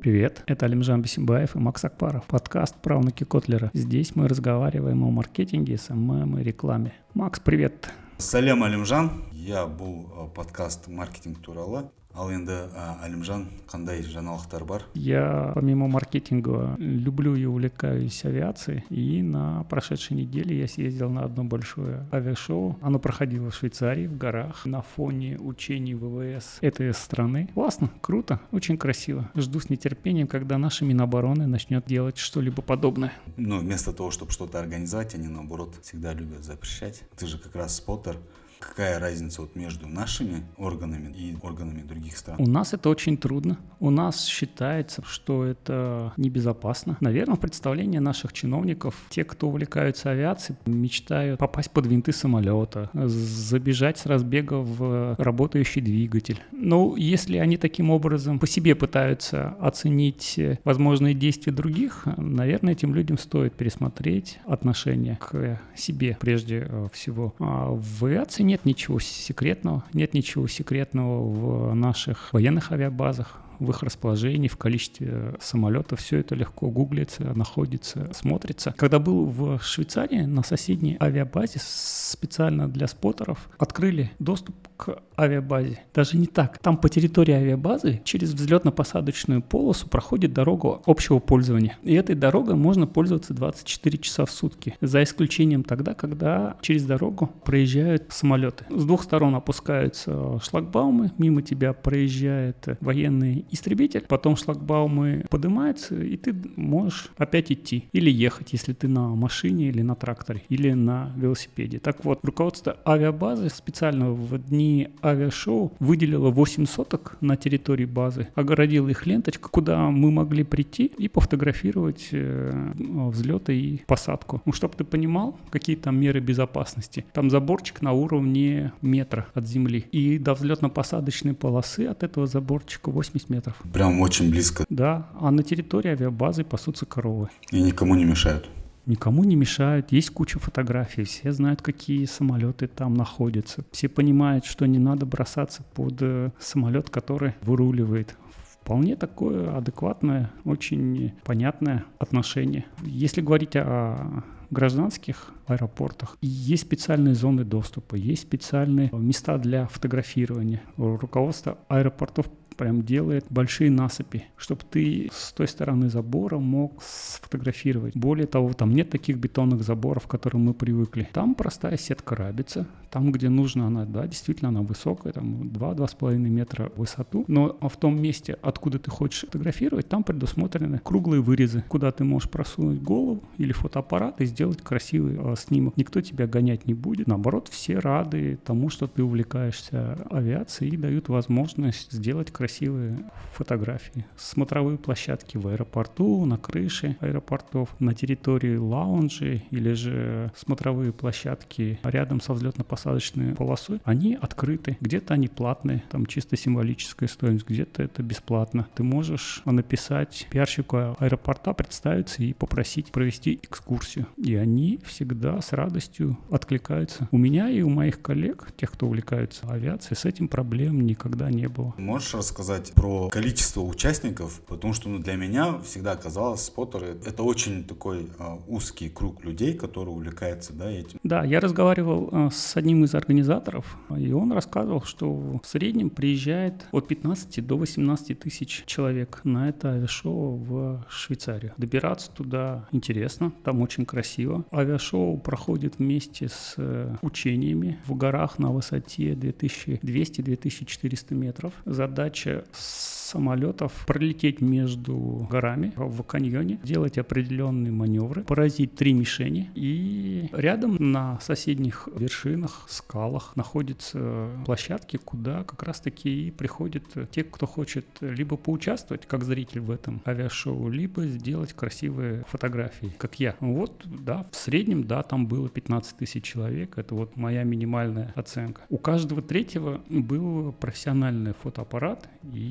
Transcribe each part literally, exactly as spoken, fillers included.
Привет, это Алимжан Бисимбаев и Макс Акбаров. Подкаст «Правнуки Котлера». Здесь мы разговариваем о маркетинге, эс эм эм и рекламе. Макс, привет. Салям, Алимжан. Я бұл подкаст «Маркетинг туралы». Ал енді Алимжан, қандай жаңалықтар бар? Я помимо маркетинга люблю и увлекаюсь авиацией. И на прошедшей неделе я съездил на одно большое авиашоу. Оно проходило в Швейцарии, в горах, на фоне учений вэ вэ эс этой страны. Классно, круто, очень красиво. Жду с нетерпением, когда наша Минобороны начнет делать что-либо подобное. Ну, вместо того, чтобы что-то организовать, они, наоборот, всегда любят запрещать. Ты же как раз споттер. Какая разница вот между нашими органами и органами других стран? У нас это очень трудно. У нас считается, что это небезопасно. Наверное, в представлении наших чиновников, те, кто увлекаются авиацией, мечтают попасть под винты самолета, забежать с разбега в работающий двигатель. Но если они таким образом по себе пытаются оценить возможные действия других, наверное, этим людям стоит пересмотреть отношение к себе прежде всего. А в авиации нет ничего секретного, нет ничего секретного в наших военных авиабазах, в их расположении, в количестве самолетов. Все это легко гуглится, находится, смотрится. Когда был в Швейцарии, на соседней авиабазе специально для споттеров открыли доступ к авиабазе. Даже не так. Там по территории авиабазы через взлетно-посадочную полосу проходит дорога общего пользования. И этой дорогой можно пользоваться двадцать четыре часа в сутки. За исключением тогда, когда через дорогу проезжают самолеты. С двух сторон опускаются шлагбаумы, мимо тебя проезжает военный истребитель, потом шлагбаумы поднимаются, и ты можешь опять идти или ехать, если ты на машине или на тракторе, или на велосипеде. Так вот, руководство авиабазы специально в дни авиашоу выделило восемь соток на территории базы, огородило их ленточкой, куда мы могли прийти и пофотографировать э, взлеты и посадку. Ну, чтобы ты понимал, какие там меры безопасности. Там заборчик на уровне метра от земли. И до взлетно-посадочной полосы от этого заборчика восемьдесят метров. Прям очень близко. Да, а на территории авиабазы пасутся коровы. И никому не мешают. Никому не мешают, есть куча фотографий, все знают, какие самолеты там находятся. Все понимают, что не надо бросаться под самолет, который выруливает. Вполне такое адекватное, очень понятное отношение. Если говорить о гражданских аэропортах, есть специальные зоны доступа, есть специальные места для фотографирования. Руководство аэропортов прям делает большие насыпи, чтобы ты с той стороны забора мог сфотографировать. Более того, там нет таких бетонных заборов, к которым мы привыкли. Там простая сетка рабица. Там, где нужно, она, да, действительно, она высокая, там два-два с половиной метра в высоту. Но в том месте, откуда ты хочешь фотографировать, там предусмотрены круглые вырезы, куда ты можешь просунуть голову или фотоаппарат и сделать красивый э, снимок. Никто тебя гонять не будет. Наоборот, все рады тому, что ты увлекаешься авиацией, и дают возможность сделать красивый красивые фотографии. Смотровые площадки в аэропорту, на крыше аэропортов, на территории лаунжей или же смотровые площадки рядом со взлетно-посадочной полосой, они открыты. Где-то они платные, там чисто символическая стоимость, где-то это бесплатно. Ты можешь написать пиарщику аэропорта, представиться и попросить провести экскурсию. И они всегда с радостью откликаются. У меня и у моих коллег, тех, кто увлекается авиацией, с этим проблем никогда не было. Можешь рассказать сказать про количество участников, потому что ну, для меня всегда казалось, споттеры — это очень такой э, узкий круг людей, которые увлекаются, да, этим. Да, я разговаривал э, с одним из организаторов, и он рассказывал, что в среднем приезжает от пятнадцати до восемнадцати тысяч человек на это авиашоу в Швейцарию. Добираться туда интересно, там очень красиво. Авиашоу проходит вместе с э, учениями в горах на высоте две тысячи двести - две тысячи четыреста метров. Задача самолетов пролететь между горами в каньоне, делать определенные маневры, поразить три мишени. И рядом на соседних вершинах, скалах находятся площадки, куда как раз-таки и приходят те, кто хочет либо поучаствовать как зритель в этом авиашоу, либо сделать красивые фотографии, как я. Вот, да, в среднем, да, там было пятнадцать тысяч человек. Это вот моя минимальная оценка. У каждого третьего был профессиональный фотоаппарат и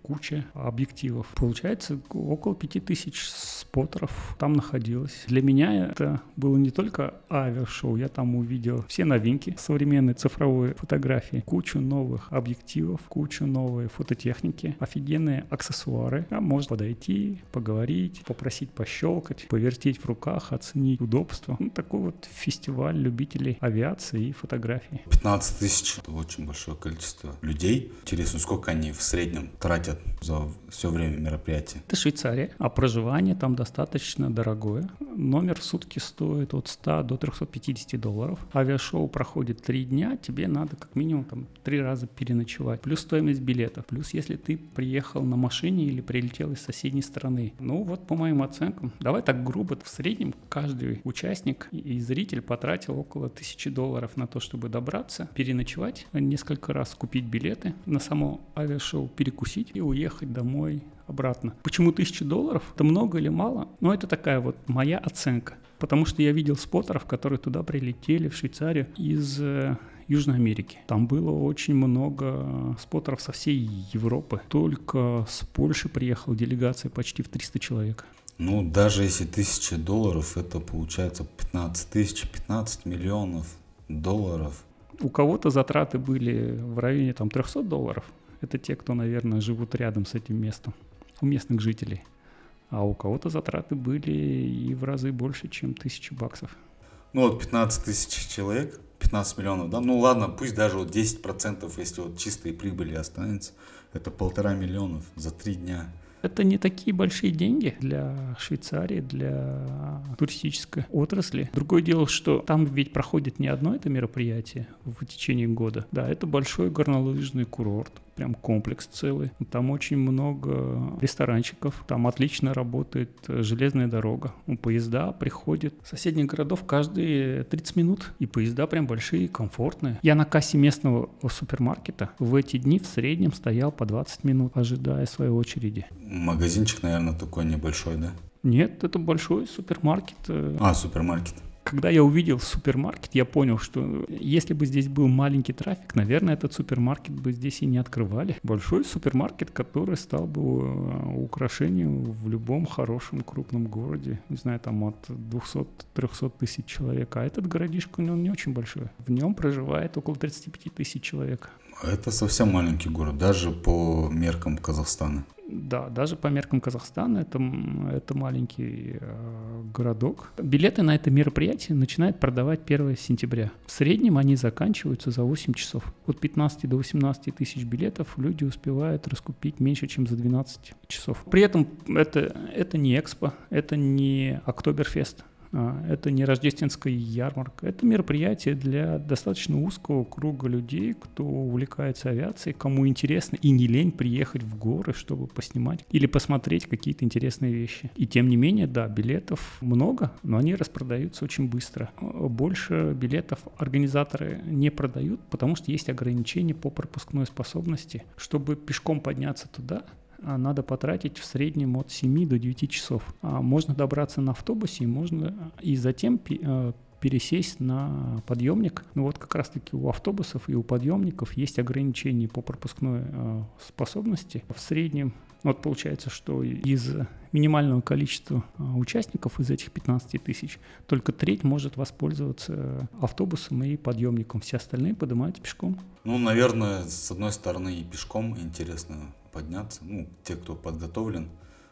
куча объективов. Получается, около пяти тысяч споттеров там находилось. Для меня это было не только авиашоу, я там увидел все новинки современной цифровой фотографии, кучу новых объективов, кучу новой фототехники, офигенные аксессуары. А можно подойти, поговорить, попросить пощелкать, повертеть в руках, оценить удобство. Ну, такой вот фестиваль любителей авиации и фотографии. пятнадцать тысяч — это очень большое количество людей. Интересно, сколько они в среднем тратят за все время мероприятия? Это Швейцария, а проживание там достаточно дорогое. Номер в сутки стоит от ста до трехсот пятидесяти долларов. Авиашоу проходит три дня, тебе надо как минимум там три раза переночевать. Плюс стоимость билетов. Плюс если ты приехал на машине или прилетел из соседней страны. Ну вот по моим оценкам, давай так грубо, в среднем каждый участник и зритель потратил около тысячи долларов на то, чтобы добраться, переночевать несколько раз, купить билеты на само авиашоу, перекусить и уехать домой обратно. Почему тысяча долларов? Это много или мало? Ну, это такая вот моя оценка. Потому что я видел споттеров, которые туда прилетели, в Швейцарию, из э, Южной Америки. Там было очень много споттеров со всей Европы. Только с Польши приехала делегация почти в триста человек. Ну, даже если тысяча долларов, это получается пятнадцать тысяч, пятнадцать миллионов долларов. У кого-то затраты были в районе там триста долларов. Это те, кто, наверное, живут рядом с этим местом, у местных жителей. А у кого-то затраты были и в разы больше, чем тысяча баксов. Ну вот пятнадцать тысяч человек, пятнадцать миллионов, да? Ну ладно, пусть даже вот десять процентов, если вот чистой прибыли останется, это полтора миллионов за три дня. Это не такие большие деньги для Швейцарии, для туристической отрасли. Другое дело, что там ведь проходит не одно это мероприятие в течение года. Да, это большой горнолыжный курорт, прям комплекс целый. Там очень много ресторанчиков, там отлично работает железная дорога. Поезда приходят с соседних городов каждые тридцать минут, и поезда прям большие, комфортные. Я на кассе местного супермаркета в эти дни в среднем стоял по двадцать минут, ожидая своей очереди. Магазинчик, наверное, такой небольшой, да? Нет, это большой супермаркет. А, супермаркет. Когда я увидел супермаркет, я понял, что если бы здесь был маленький трафик, наверное, этот супермаркет бы здесь и не открывали. Большой супермаркет, который стал бы украшением в любом хорошем крупном городе. Не знаю, там от двухсот-трехсот тысяч человек. А этот городишко, он не очень большой. В нем проживает около тридцати пяти тысяч человек. Это совсем маленький город, даже по меркам Казахстана. Да, даже по меркам Казахстана это, это маленький э, городок. Билеты на это мероприятие начинают продавать первого сентября. В среднем они заканчиваются за восемь часов. От пятнадцати до восемнадцати тысяч билетов люди успевают раскупить меньше, чем за двенадцать часов. При этом это, это не экспо, это не Октоберфест. Это не рождественская ярмарка, это мероприятие для достаточно узкого круга людей, кто увлекается авиацией, кому интересно и не лень приехать в горы, чтобы поснимать или посмотреть какие-то интересные вещи. И тем не менее, да, билетов много, но они распродаются очень быстро. Больше билетов организаторы не продают, потому что есть ограничения по пропускной способности. Чтобы пешком подняться туда, надо потратить в среднем от семи до девяти часов. А можно добраться на автобусе, можно и затем пересесть на подъемник. Ну вот как раз-таки у автобусов и у подъемников есть ограничения по пропускной способности. В среднем, вот получается, что из минимального количества участников, из этих пятнадцати тысяч, только треть может воспользоваться автобусом и подъемником. Все остальные поднимаются пешком. Ну, наверное, с одной стороны и пешком интересно подняться. Ну, те, кто подготовлен,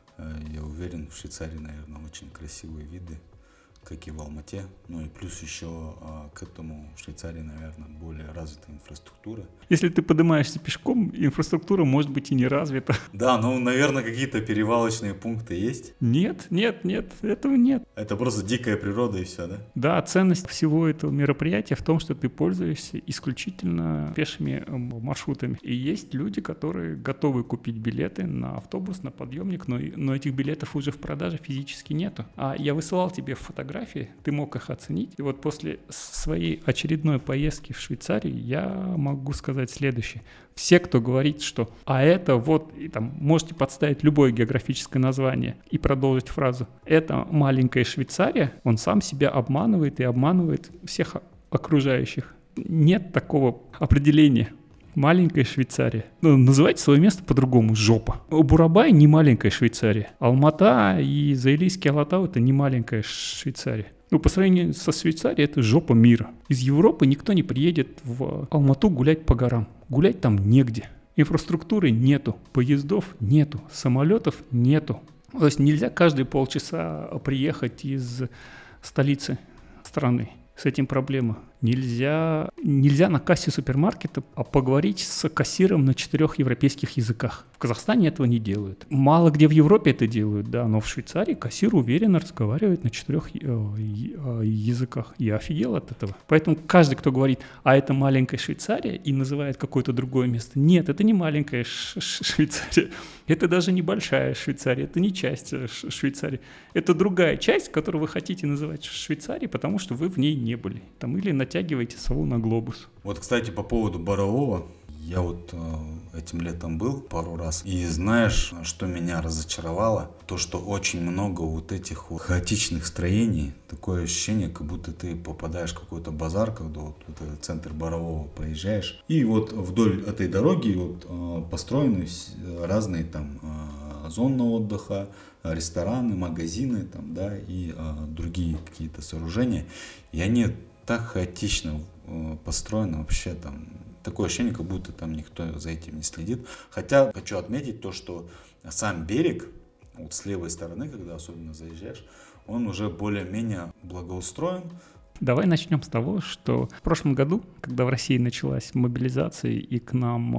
я уверен, в Швейцарии, наверное, очень красивые виды, как и в Алмате. Ну и плюс еще к этому в Швейцарии, наверное, более развитая инфраструктура. Если ты поднимаешься пешком, инфраструктура может быть и не развита. Да, ну, наверное, какие-то перевалочные пункты есть? Нет, нет, нет, этого нет. Это просто дикая природа и все, да? Да, ценность всего этого мероприятия в том, что ты пользуешься исключительно пешими маршрутами. И есть люди, которые готовы купить билеты на автобус, на подъемник, но, но этих билетов уже в продаже физически нету. А я высылал тебе фотографии, ты мог их оценить. И вот после своей очередной поездки в Швейцарию я могу сказать следующее. Все, кто говорит, что «а это вот», и там можете подставить любое географическое название и продолжить фразу «это маленькая Швейцария», он сам себя обманывает и обманывает всех окружающих. Нет такого определения. Маленькая Швейцария. Ну, называйте свое место по-другому. Жопа. Бурабай не маленькая Швейцария. Алмата и Заилийский Алатау — это не маленькая Швейцария. Ну, по сравнению со Швейцарией, это жопа мира. Из Европы никто не приедет в Алмату гулять по горам. Гулять там негде. Инфраструктуры нету, поездов нету, самолетов нету. То есть нельзя каждые полчаса приехать из столицы страны. С этим проблема. Нельзя, нельзя на кассе супермаркета поговорить с кассиром на четырех европейских языках. В Казахстане этого не делают. Мало где в Европе это делают, да, но в Швейцарии кассир уверенно разговаривает на четырех языках. Я офигел от этого. Поэтому каждый, кто говорит, а это маленькая Швейцария, и называет какое-то другое место. Нет, это не маленькая Швейцария. Это даже не большая Швейцария. Это не часть Швейцарии. Это другая часть, которую вы хотите называть Швейцарией, потому что вы в ней не были. Там или натягиваете сову на глобус. Вот, кстати, по поводу Борового. Я вот э, этим летом был пару раз. И знаешь, что меня разочаровало? То, что очень много вот этих вот хаотичных строений. Такое ощущение, как будто ты попадаешь в какой-то базар, когда вот, вот этот центр Борового проезжаешь. И вот вдоль этой дороги вот, э, построены разные там э, зоны отдыха, рестораны, магазины там, да, и э, другие какие-то сооружения. И они так хаотично э, построены вообще там. Такое ощущение, как будто там никто за этим не следит. Хотя хочу отметить то, что сам берег, вот с левой стороны, когда особенно заезжаешь, он уже более-менее благоустроен. Давай начнем с того, что в прошлом году, когда в России началась мобилизация и к нам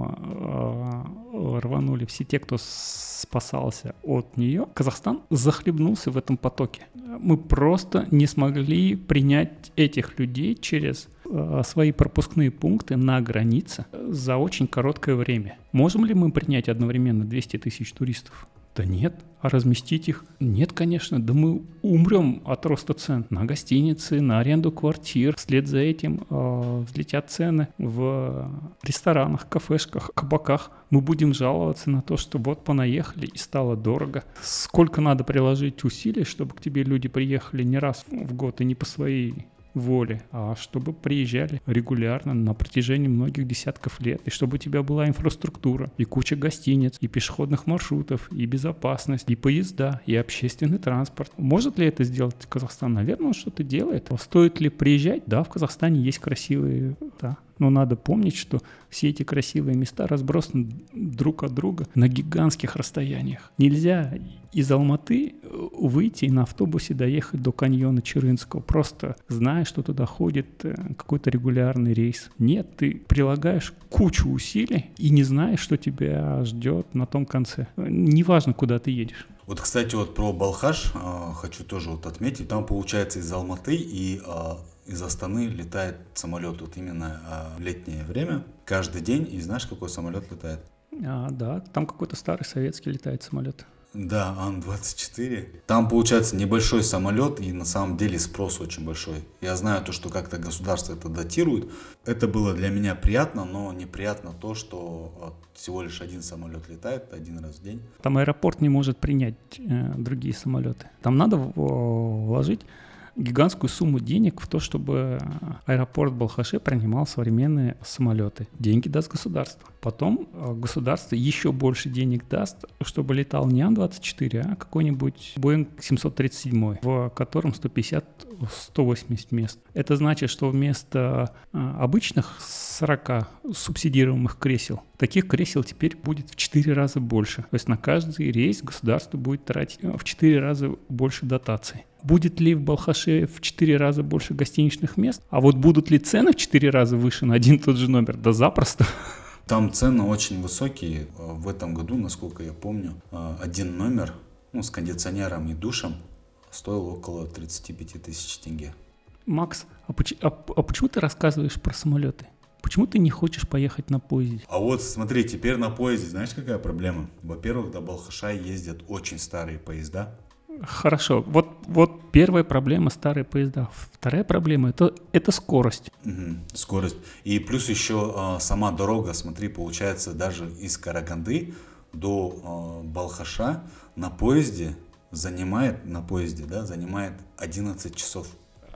э, рванули все те, кто спасался от нее, Казахстан захлебнулся в этом потоке. Мы просто не смогли принять этих людей через э, свои пропускные пункты на границе за очень короткое время. Можем ли мы принять одновременно двести тысяч туристов? Да нет. А разместить их? Нет, конечно. Да мы умрем от роста цен на гостиницы, на аренду квартир. Вслед за этим э, взлетят цены в ресторанах, кафешках, кабаках. Мы будем жаловаться на то, что вот понаехали и стало дорого. Сколько надо приложить усилий, чтобы к тебе люди приехали не раз в год и не по своей воле, а чтобы приезжали регулярно на протяжении многих десятков лет, и чтобы у тебя была инфраструктура, и куча гостиниц, и пешеходных маршрутов, и безопасность, и поезда, и общественный транспорт. Может ли это сделать Казахстан? Наверное, он что-то делает. Стоит ли приезжать? Да, в Казахстане есть красивые, да. Но надо помнить, что все эти красивые места разбросаны друг от друга на гигантских расстояниях. Нельзя из Алматы выйти и на автобусе доехать до каньона Чырынского, просто зная, что туда ходит какой-то регулярный рейс. Нет, ты прилагаешь кучу усилий и не знаешь, что тебя ждет на том конце. Неважно, куда ты едешь. Вот, кстати, вот про Балхаш э, хочу тоже вот отметить. Там, получается, из Алматы и э, из Астаны летает самолет вот именно э, в летнее время. Каждый день. И знаешь, какой самолет летает? А, да, там какой-то старый советский летает самолет. Да, Ан двадцать четыре. Там, получается, небольшой самолет, и на самом деле спрос очень большой. Я знаю то, что как-то государство это датирует. Это было для меня приятно, но неприятно то, что всего лишь один самолет летает один раз в день. Там аэропорт не может принять э, другие самолеты. Там надо вложить гигантскую сумму денег в то, чтобы аэропорт Балхаши принимал современные самолеты. Деньги даст государство. Потом государство еще больше денег даст, чтобы летал не Ан двадцать четыре, а какой-нибудь Боинг семьсот тридцать семь, в котором сто пятьдесят - сто восемьдесят мест. Это значит, что вместо обычных сорока субсидируемых кресел, таких кресел теперь будет в четыре раза больше. То есть на каждый рейс государство будет тратить в четыре раза больше дотаций. Будет ли в Балхаше в четыре раза больше гостиничных мест? А вот будут ли цены в четыре раза выше на один и тот же номер? Да запросто. Там цены очень высокие. В этом году, насколько я помню, один номер, ну, с кондиционером и душем стоил около тридцать пять тысяч тенге. Макс, а, поч- а, а почему ты рассказываешь про самолеты? Почему ты не хочешь поехать на поезде? А вот смотри, теперь на поезде, знаешь, какая проблема? Во-первых, до Балхаша ездят очень старые поезда. Хорошо, вот, вот первая проблема — старые поезда. Вторая проблема — это, это скорость. Угу, скорость. И плюс еще а, сама дорога, смотри, получается, даже из Караганды до а, Балхаша на поезде занимает, на поезде, да, занимает одиннадцать часов.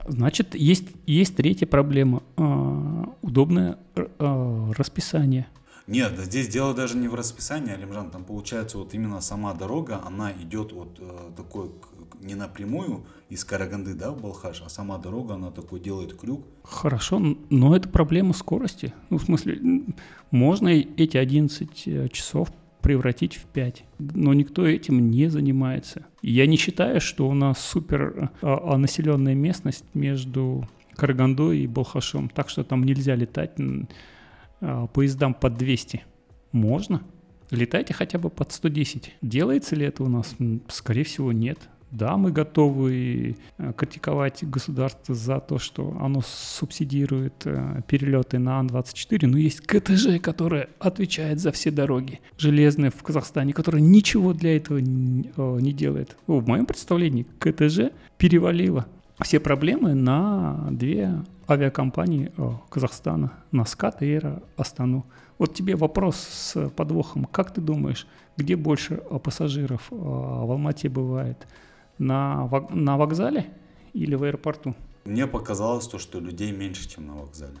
Значит, есть, есть третья проблема. Э, удобное э, расписание. Нет, да здесь дело даже не в расписании, Алимжан, там получается вот именно сама дорога, она идет вот э, такой к- не напрямую из Караганды, да, в Балхаш, а сама дорога, она такой делает крюк. Хорошо, н- но это проблема скорости. Ну, в смысле, м, можно и эти одиннадцать э, часов превратить в пять, но никто этим не занимается. И я не считаю, что у нас супер а, а, населенная местность между Карагандой и Балхашом, так что там нельзя летать м, а, поездам под двести. Можно. Летайте хотя бы под сто десять. Делается ли это у нас? М, Скорее всего, нет. Да, мы готовы э, критиковать государство за то, что оно субсидирует э, перелеты на Ан двадцать четыре, но есть КТЖ, которая отвечает за все дороги железные в Казахстане, которая ничего для этого н- э, не делает. Ну, в моем представлении КТЖ перевалило все проблемы на две авиакомпании э, Казахстана, на СКАТ и Эйр Астану. Вот тебе вопрос с подвохом. Как ты думаешь, где больше э, пассажиров э, в Алмате бывает? На, вок- на вокзале или в аэропорту? Мне показалось то, что людей меньше, чем на вокзале.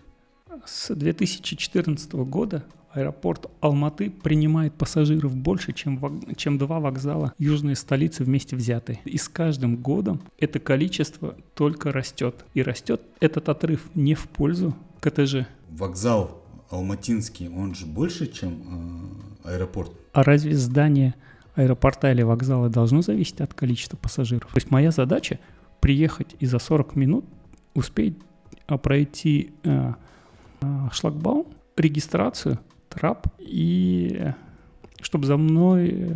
С две тысячи четырнадцатого года аэропорт Алматы принимает пассажиров больше, чем, вок- чем два вокзала южной столицы вместе взятые. И с каждым годом это количество только растет. И растет этот отрыв не в пользу КТЖ. Вокзал Алматинский, он же больше, чем э, аэропорт. А разве здание аэропорта или вокзала должно зависеть от количества пассажиров? То есть моя задача приехать и за сорок минут успеть а, пройти э, э, шлагбаум, регистрацию, трап, и э, чтобы за мной э,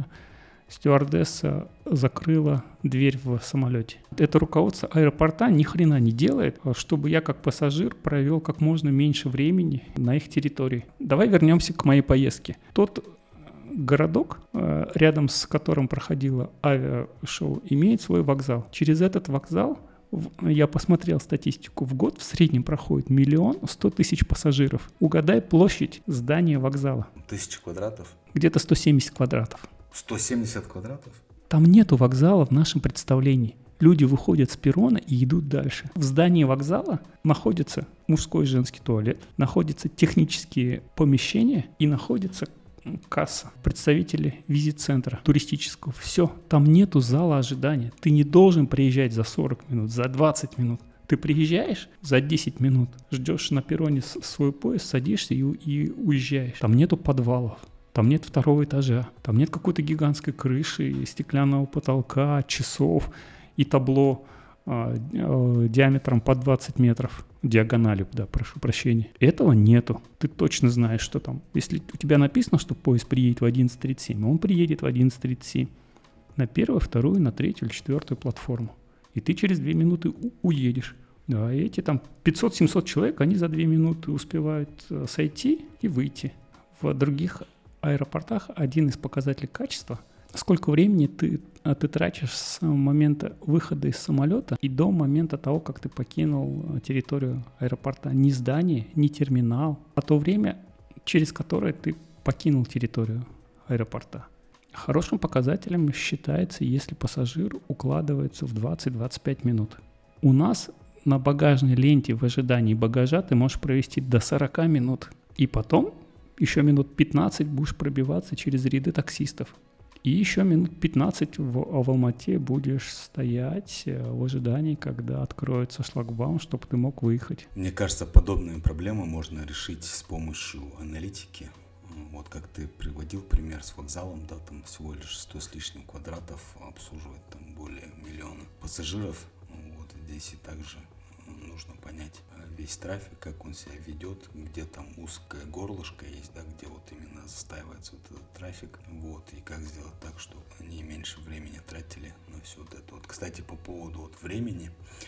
стюардесса закрыла дверь в самолете. Это руководство аэропорта ни хрена не делает, чтобы я как пассажир провел как можно меньше времени на их территории. Давай вернемся к моей поездке. Тот городок, э, рядом с которым проходило авиашоу, имеет свой вокзал. Через этот вокзал, в- я посмотрел статистику, в год в среднем проходит миллион сто тысяч пассажиров. Угадай площадь здания вокзала. Тысяча квадратов. Где-то сто семьдесят квадратов. сто семьдесят квадратов? Там нету вокзала в нашем представлении. Люди выходят с перрона и идут дальше. В здании вокзала находится мужской и женский туалет, находятся технические помещения и находится касса, представители визит-центра туристического. Все, там нету зала ожидания. Ты не должен приезжать за сорок минут, за двадцать минут. Ты приезжаешь за десять минут, ждешь на перроне с- свой поезд, садишься и, у- и уезжаешь. Там нету подвалов. Там нет второго этажа, там нет какой-то гигантской крыши, стеклянного потолка, часов и табло а, а, диаметром по двадцать метров, диагональю, да, прошу прощения. Этого нету. Ты точно знаешь, что там. Если у тебя написано, что поезд приедет в одиннадцать тридцать семь, он приедет в одиннадцать тридцать семь на первую, вторую, на третью или четвертую платформу. И ты через две минуты у- уедешь. Да, и эти там пятьсот-семьсот человек, они за две минуты успевают э, сойти и выйти. В других аэропортах один из показателей качества — сколько времени ты, а, ты тратишь с момента выхода из самолета и до момента того, как ты покинул а, территорию аэропорта. Ни здание, ни терминал, а то время, через которое ты покинул территорию аэропорта. Хорошим показателем считается, если пассажир укладывается в двадцать-двадцать пять минут. У нас на багажной ленте в ожидании багажа ты можешь провести до сорок минут. И потом еще минут пятнадцать будешь пробиваться через ряды таксистов. И еще минут пятнадцать в, в Алмате будешь стоять э, в ожидании, когда откроется шлагбаум, чтобы ты мог выехать. Мне кажется, подобные проблемы можно решить с помощью аналитики. Вот как ты приводил пример с вокзалом, да, там всего лишь сто с лишним квадратов обслуживает там более миллиона пассажиров. Вот здесь и также нужно понять весь трафик, как он себя ведет, где там узкое горлышко есть, да, где вот именно застаивается вот этот трафик, вот, и как сделать так, чтобы они меньше времени тратили на все вот это. Вот, кстати, по поводу вот времени,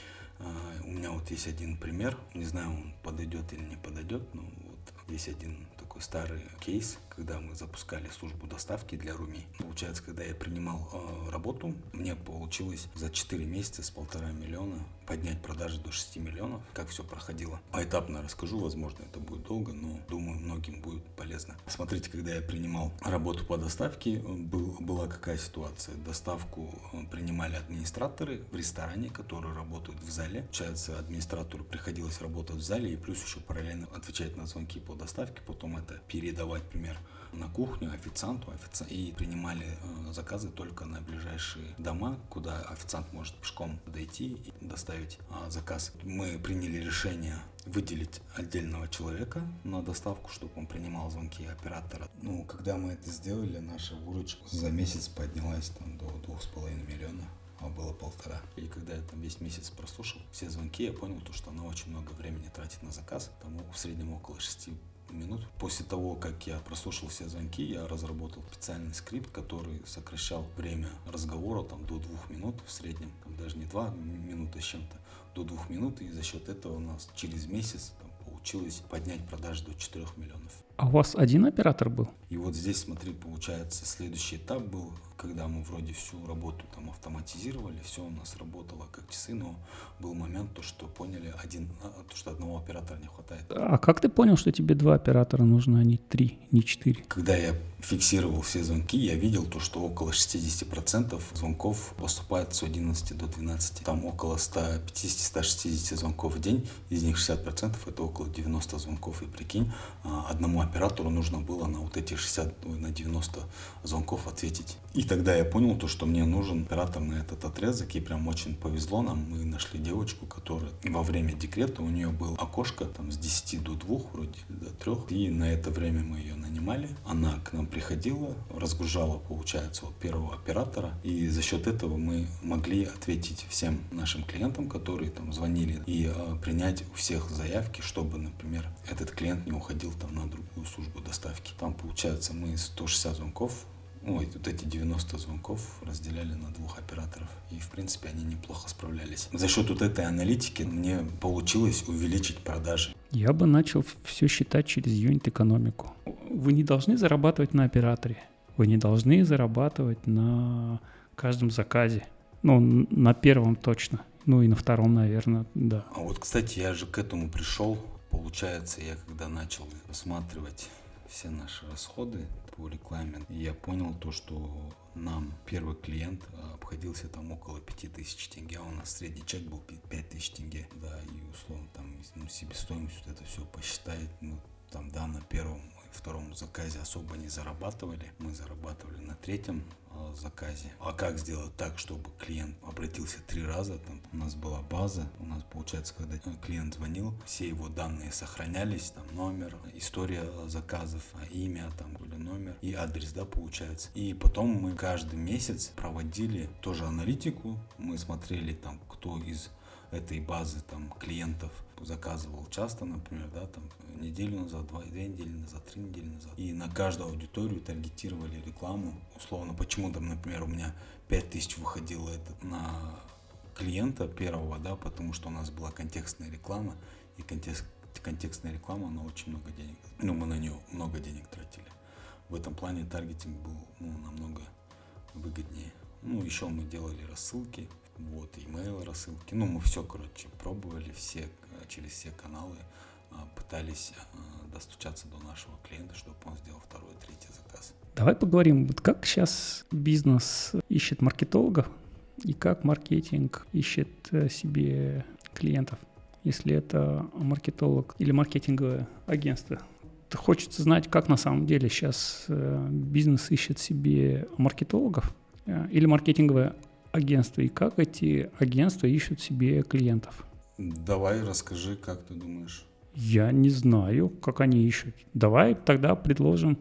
у меня вот есть один пример, не знаю, он подойдет или не подойдет, но вот есть один такой старый кейс, когда мы запускали службу доставки для Руми. Получается, когда я принимал э, работу, мне получилось за четыре месяца с полтора миллиона поднять продажи до шести миллионов. Как все проходило. Поэтапно расскажу, возможно, это будет долго, но думаю, многим будет полезно. Смотрите, когда я принимал работу по доставке, был, была какая ситуация. Доставку принимали администраторы в ресторане, которые работают в зале. Получается, администратору приходилось работать в зале и плюс еще параллельно отвечать на звонки по доставке, потом это передавать, например, на кухню официанту, офици... и принимали э, заказы только на ближайшие дома, куда официант может пешком дойти и доставить э, заказ. Мы приняли решение выделить отдельного человека на доставку, чтобы он принимал звонки оператора. Ну, когда мы это сделали, наша выручка за месяц поднялась там до двух с половиной миллиона. А было полтора. И когда я там весь месяц прослушал все звонки, я понял, то, что она очень много времени тратит на заказ. Там в среднем около шести минут. После того, как я прослушал все звонки, я разработал специальный скрипт, который сокращал время разговора там, до двух минут в среднем. Там, даже не два минуты с чем-то, до двух минут. И за счет этого у нас через месяц там, получилось поднять продажи до четырёх миллионов. А у вас один оператор был? И вот здесь, смотри, получается, следующий этап был, когда мы вроде всю работу там автоматизировали, все у нас работало как часы, но был момент, то, что поняли, один, то, что одного оператора не хватает. А как ты понял, что тебе два оператора нужно, а не три, не четыре? Когда я фиксировал все звонки, я видел то, что около шестьдесят процентов звонков поступает с одиннадцати до двенадцати. Там около сто пятьдесят - сто шестьдесят звонков в день, из них шестьдесят процентов это около девяноста звонков. И прикинь, одному оператору нужно было на вот эти шестьдесят, на девяносто звонков ответить. И тогда я понял то, что мне нужен оператор на этот отрезок, и прям очень повезло нам. Мы нашли девочку, которая во время декрета, у нее было окошко там с десяти до двух, вроде до трех, и на это время мы ее нанимали. Она к нам приходила, разгружала, получается, вот первого оператора, и за счет этого мы могли ответить всем нашим клиентам, которые там звонили, и э, принять у всех заявки, чтобы, например, этот клиент не уходил там на другую службу доставки. Там, получается, мы сто шестьдесят звонков, ой, вот эти девяносто звонков разделяли на двух операторов. И, в принципе, они неплохо справлялись. За счет вот этой аналитики мне получилось увеличить продажи. Я бы начал все считать через юнит-экономику. Вы не должны зарабатывать на операторе. Вы не должны зарабатывать на каждом заказе. Ну, на первом точно. Ну и на втором, наверное, да. А вот, кстати, я же к этому пришел. Получается, я когда начал рассматривать все наши расходы по рекламе, я понял то, что нам первый клиент обходился там около пяти тысяч тенге, а у нас средний чек был пять тысяч тенге. Да, и условно там ну, себестоимость вот это все посчитает, ну там да, на первом и втором заказе особо не зарабатывали, мы зарабатывали на третьем э, заказе. А как сделать так, чтобы клиент обратился три раза? Там у нас была база, у нас получается, когда клиент звонил, все его данные сохранялись, там номер, история заказов, имя, там были номер и адрес, да, получается. И потом мы каждый месяц проводили тоже аналитику, мы смотрели там, кто из этой базы там клиентов заказывал часто, например, да, там неделю назад, два, две недели назад, три недели назад. И на каждую аудиторию таргетировали рекламу. Условно, почему там, например, у меня пять тысяч выходило это на клиента первого, да, потому что у нас была контекстная реклама, и контекст, контекстная реклама, она очень много денег, ну, мы на нее много денег тратили. В этом плане таргетинг был, ну, намного выгоднее. Ну, еще мы делали рассылки, вот, имейл рассылки. Ну, мы все, короче, пробовали, все, через все каналы пытались достучаться до нашего клиента, чтобы он сделал второй, третий заказ. Давай поговорим, вот как сейчас бизнес ищет маркетологов и как маркетинг ищет себе клиентов, если это маркетолог или маркетинговое агентство. Хочется знать, как на самом деле сейчас бизнес ищет себе маркетологов или маркетинговое агентство, и как эти агентства ищут себе клиентов. Давай расскажи, как ты думаешь? Я не знаю, как они ищут. Давай тогда предложим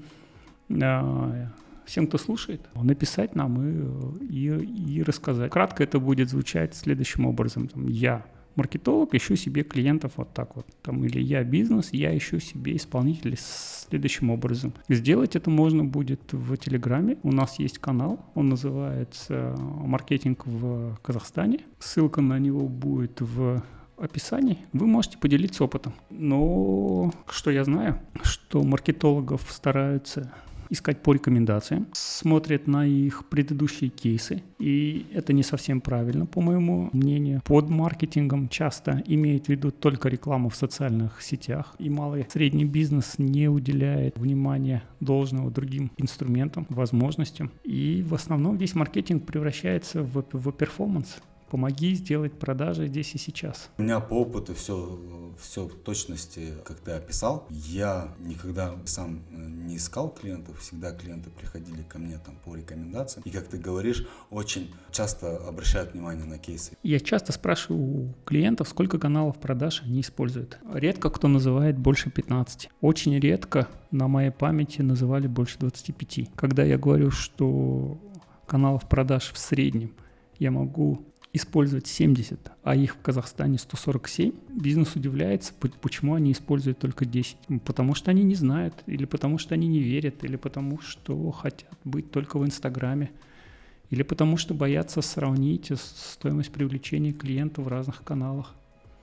э, всем, кто слушает, написать нам и, и, и рассказать. Кратко это будет звучать следующим образом. Там, я маркетолог, ищу себе клиентов вот так вот. Там, или я бизнес, я ищу себе исполнителей следующим образом. Сделать это можно будет в Телеграме. У нас есть канал, он называется «Маркетинг в Казахстане». Ссылка на него будет в описании вы можете поделиться опытом. Но что я знаю, что маркетологов стараются искать по рекомендациям, смотрят на их предыдущие кейсы, и это не совсем правильно, по моему мнению. Под маркетингом часто имеет в виду только рекламу в социальных сетях, и малый и средний бизнес не уделяет внимания должного другим инструментам, возможностям, и в основном весь маркетинг превращается в, в перформанс. Помоги сделать продажи здесь и сейчас. У меня по опыту все, все в точности, как ты описал. Я никогда сам не искал клиентов, всегда клиенты приходили ко мне там по рекомендациям. И, как ты говоришь, очень часто обращают внимание на кейсы. Я часто спрашиваю у клиентов, сколько каналов продаж они используют. Редко кто называет больше пятнадцати. Очень редко на моей памяти называли больше двадцати пяти. Когда я говорю, что каналов продаж в среднем я могу использовать семьдесят, а их в Казахстане сто сорок семь, бизнес удивляется, почему они используют только десять. Потому что они не знают, или потому что они не верят, или потому что хотят быть только в Инстаграме, или потому что боятся сравнить стоимость привлечения клиента в разных каналах.